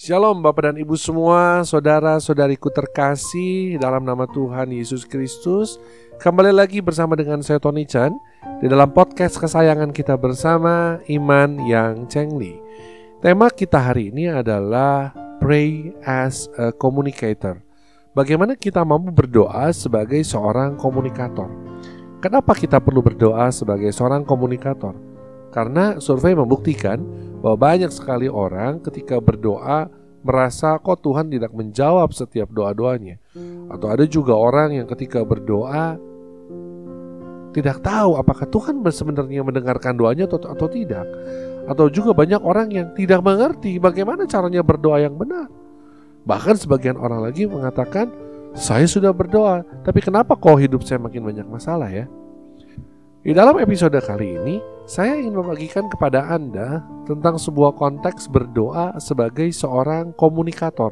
Shalom Bapak dan Ibu semua, saudara-saudariku terkasih dalam nama Tuhan Yesus Kristus. Kembali lagi bersama dengan saya Tony Chan di dalam podcast kesayangan kita bersama, Iman Yang Chengli. Tema kita hari ini adalah Pray as a Communicator. Bagaimana kita mampu berdoa sebagai seorang komunikator? Kenapa kita perlu berdoa sebagai seorang komunikator? Karena survei membuktikan bahwa banyak sekali orang ketika berdoa merasa kok Tuhan tidak menjawab setiap doa-doanya. Atau ada juga orang yang ketika berdoa tidak tahu apakah Tuhan sebenarnya mendengarkan doanya atau tidak. Atau juga banyak orang yang tidak mengerti bagaimana caranya berdoa yang benar. Bahkan sebagian orang lagi mengatakan, saya sudah berdoa, tapi kenapa kok hidup saya makin banyak masalah ya? Di dalam episode kali ini, saya ingin membagikan kepada Anda tentang sebuah konteks berdoa sebagai seorang komunikator.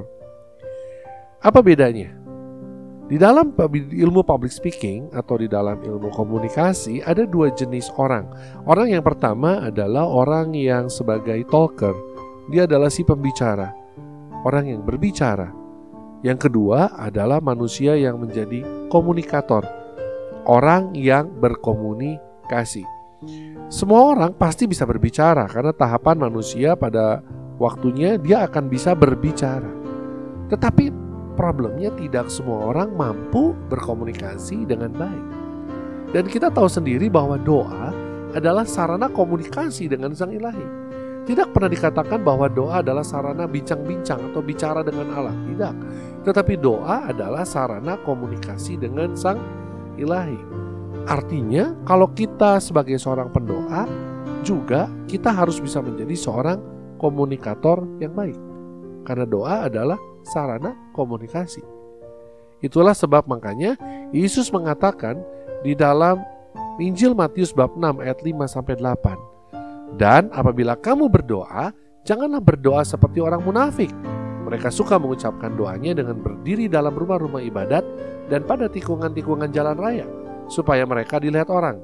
Apa bedanya? Di dalam ilmu public speaking atau di dalam ilmu komunikasi ada dua jenis orang. Orang yang pertama adalah orang yang sebagai talker. Dia adalah si pembicara, orang yang berbicara. Yang kedua adalah manusia yang menjadi komunikator, orang yang berkomunikasi. Semua orang pasti bisa berbicara karena tahapan manusia pada waktunya dia akan bisa berbicara. Tetapi problemnya tidak semua orang mampu berkomunikasi dengan baik. Dan kita tahu sendiri bahwa doa adalah sarana komunikasi dengan Sang Ilahi. Tidak pernah dikatakan bahwa doa adalah sarana bincang-bincang atau bicara dengan Allah. Tidak. Tetapi doa adalah sarana komunikasi dengan Sang Ilahi. Artinya kalau kita sebagai seorang pendoa juga kita harus bisa menjadi seorang komunikator yang baik. Karena doa adalah sarana komunikasi. Itulah sebab makanya Yesus mengatakan di dalam Injil Matius bab 6 ayat 5-8. Dan apabila kamu berdoa, janganlah berdoa seperti orang munafik. Mereka suka mengucapkan doanya dengan berdiri dalam rumah-rumah ibadat dan pada tikungan-tikungan jalan raya, supaya mereka dilihat orang.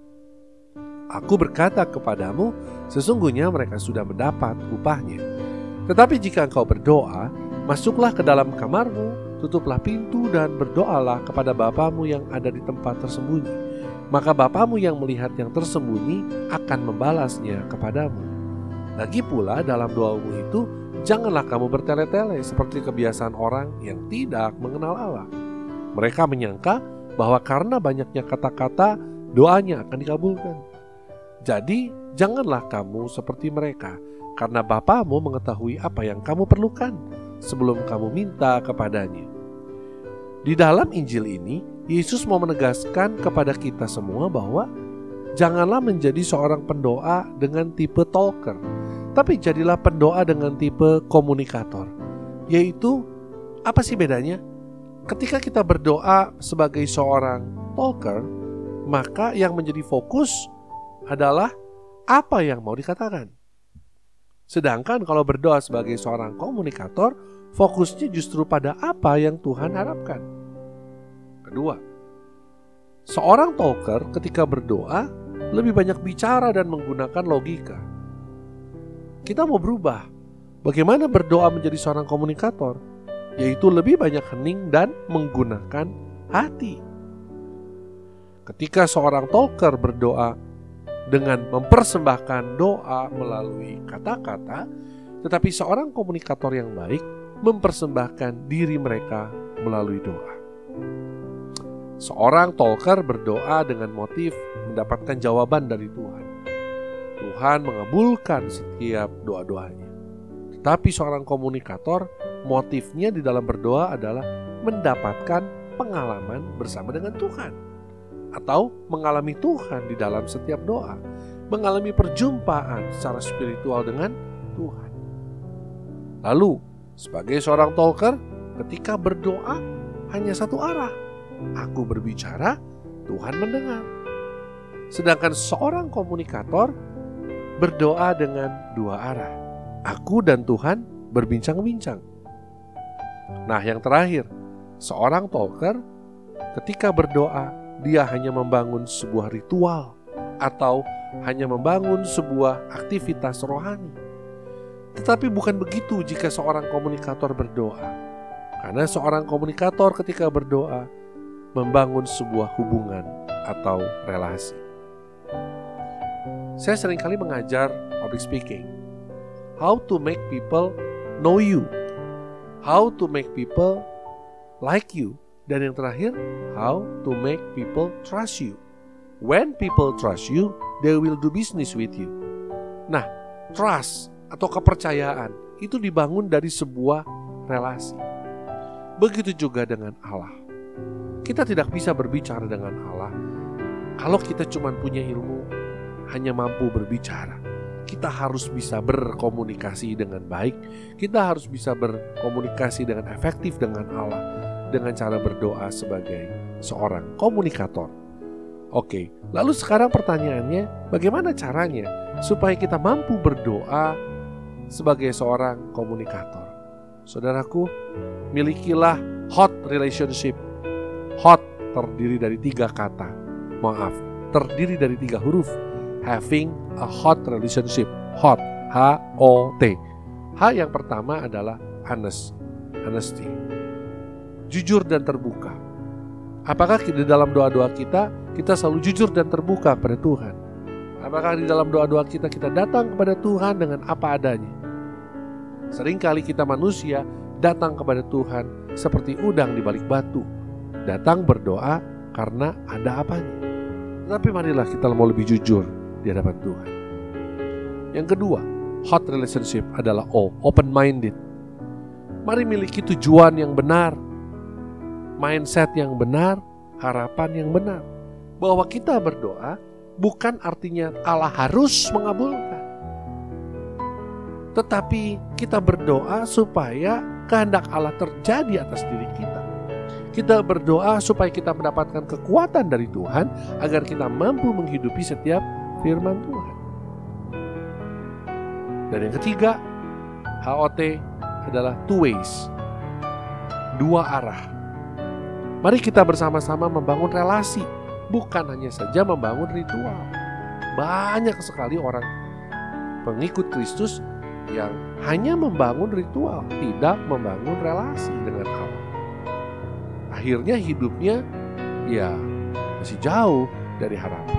Aku berkata kepadamu, sesungguhnya mereka sudah mendapat upahnya. Tetapi jika engkau berdoa, masuklah ke dalam kamarmu, tutuplah pintu dan berdoalah kepada Bapamu yang ada di tempat tersembunyi. Maka Bapamu yang melihat yang tersembunyi akan membalasnya kepadamu. Lagi pula dalam doamu itu, janganlah kamu bertele-tele seperti kebiasaan orang yang tidak mengenal Allah. Mereka menyangka bahwa karena banyaknya kata-kata, doanya akan dikabulkan. Jadi, janganlah kamu seperti mereka, karena Bapamu mengetahui apa yang kamu perlukan sebelum kamu minta kepadanya. Di dalam Injil ini, Yesus mau menegaskan kepada kita semua bahwa janganlah menjadi seorang pendoa dengan tipe talker, tapi jadilah pendoa dengan tipe komunikator. Yaitu, apa sih bedanya? Ketika kita berdoa sebagai seorang talker, maka yang menjadi fokus adalah apa yang mau dikatakan. Sedangkan kalau berdoa sebagai seorang komunikator, fokusnya justru pada apa yang Tuhan harapkan. Kedua, seorang talker ketika berdoa lebih banyak bicara dan menggunakan logika. Kita mau berubah. Bagaimana berdoa menjadi seorang komunikator? Yaitu lebih banyak hening dan menggunakan hati. Ketika seorang talker berdoa dengan mempersembahkan doa melalui kata-kata, tetapi seorang komunikator yang baik mempersembahkan diri mereka melalui doa. Seorang talker berdoa dengan motif mendapatkan jawaban dari Tuhan. Tuhan mengabulkan setiap doa-doanya. Tetapi seorang komunikator, motifnya di dalam berdoa adalah mendapatkan pengalaman bersama dengan Tuhan. Atau mengalami Tuhan di dalam setiap doa. Mengalami perjumpaan secara spiritual dengan Tuhan. Lalu, sebagai seorang talker, ketika berdoa hanya satu arah. Aku berbicara, Tuhan mendengar. Sedangkan seorang komunikator berdoa dengan dua arah. Aku dan Tuhan berbincang-bincang. Nah, yang terakhir, seorang talker ketika berdoa, dia hanya membangun sebuah ritual atau hanya membangun sebuah aktivitas rohani. Tetapi bukan begitu jika seorang komunikator berdoa. Karena seorang komunikator ketika berdoa membangun sebuah hubungan atau relasi. Saya seringkali mengajar public speaking. How to make people know you. How to make people like you. Dan yang terakhir, how to make people trust you. When people trust you, they will do business with you. Nah, trust atau kepercayaan itu dibangun dari sebuah relasi. Begitu juga dengan Allah. Kita tidak bisa berbicara dengan Allah kalau kita cuma punya ilmu, hanya mampu berbicara. Kita harus bisa berkomunikasi dengan baik. Kita harus bisa berkomunikasi dengan efektif dengan Allah, dengan cara berdoa sebagai seorang komunikator. Oke, lalu sekarang pertanyaannya, bagaimana caranya supaya kita mampu berdoa sebagai seorang komunikator? Saudaraku, milikilah hot relationship. Hot terdiri dari 3 kata. Terdiri dari 3 huruf. Having a hot relationship. Hot, H-O-T. H yang pertama adalah honesty. Jujur dan terbuka. Apakah di dalam doa-doa kita selalu jujur dan terbuka kepada Tuhan? Apakah di dalam doa-doa kita datang kepada Tuhan dengan apa adanya? Seringkali kita manusia datang kepada Tuhan seperti udang di balik batu. Datang berdoa karena ada apanya. Tetapi marilah kita mau lebih jujur di hadapan Tuhan. Yang kedua, hot relationship adalah open-minded. Mari miliki tujuan yang benar, mindset yang benar, harapan yang benar. Bahwa kita berdoa bukan artinya Allah harus mengabulkan. Tetapi kita berdoa supaya kehendak Allah terjadi atas diri kita. Kita berdoa supaya kita mendapatkan kekuatan dari Tuhan agar kita mampu menghidupi setiap firman Tuhan. Dan yang ketiga, HOT adalah two ways. 2 arah. Mari kita bersama-sama membangun relasi, bukan hanya saja membangun ritual. Banyak sekali orang pengikut Kristus yang hanya membangun ritual, tidak membangun relasi dengan Allah. Akhirnya hidupnya masih jauh dari harapan.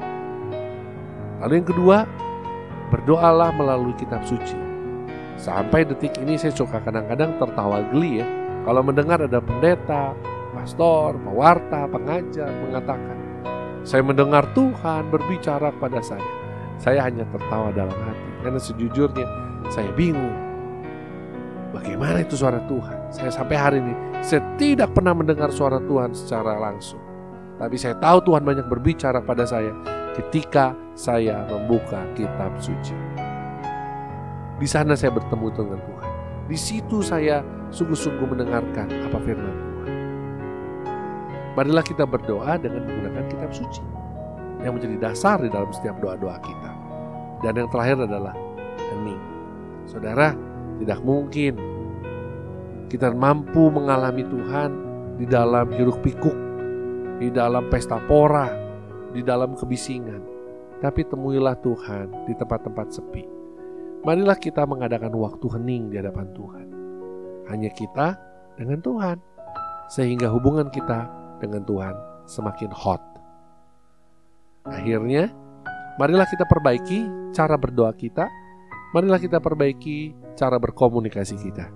Lalu yang kedua, berdoalah melalui kitab suci. Sampai detik ini saya suka kadang-kadang tertawa geli ya, kalau mendengar ada pendeta, pastor, pewarta, pengajar mengatakan, saya mendengar Tuhan berbicara kepada saya. Saya hanya tertawa dalam hati, karena sejujurnya saya bingung. Bagaimana itu suara Tuhan? Saya sampai hari ini, saya tidak pernah mendengar suara Tuhan secara langsung. Tapi saya tahu Tuhan banyak berbicara pada saya ketika saya membuka kitab suci. Di sana saya bertemu dengan Tuhan. Di situ saya sungguh-sungguh mendengarkan apa firman Tuhan. Marilah kita berdoa dengan menggunakan kitab suci yang menjadi dasar di dalam setiap doa-doa kita. Dan yang terakhir adalah hening. Saudara, tidak mungkin kita mampu mengalami Tuhan di dalam hiruk pikuk, di dalam pesta pora, di dalam kebisingan. Tapi temuilah Tuhan di tempat-tempat sepi. Marilah kita mengadakan waktu hening di hadapan Tuhan. Hanya kita dengan Tuhan, sehingga hubungan kita dengan Tuhan semakin hot. Akhirnya, marilah kita perbaiki cara berdoa kita. Marilah kita perbaiki cara berkomunikasi kita.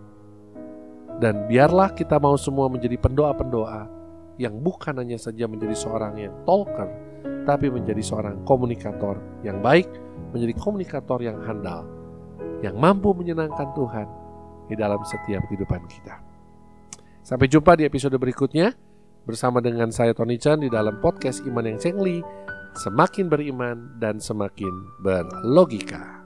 Dan biarlah kita mau semua menjadi pendoa-pendoa yang bukan hanya saja menjadi seorang yang talker, tapi menjadi seorang komunikator yang baik, menjadi komunikator yang handal, yang mampu menyenangkan Tuhan di dalam setiap kehidupan kita. Sampai jumpa di episode berikutnya bersama dengan saya Tony Chan di dalam podcast Iman yang Cengli, semakin beriman dan semakin berlogika.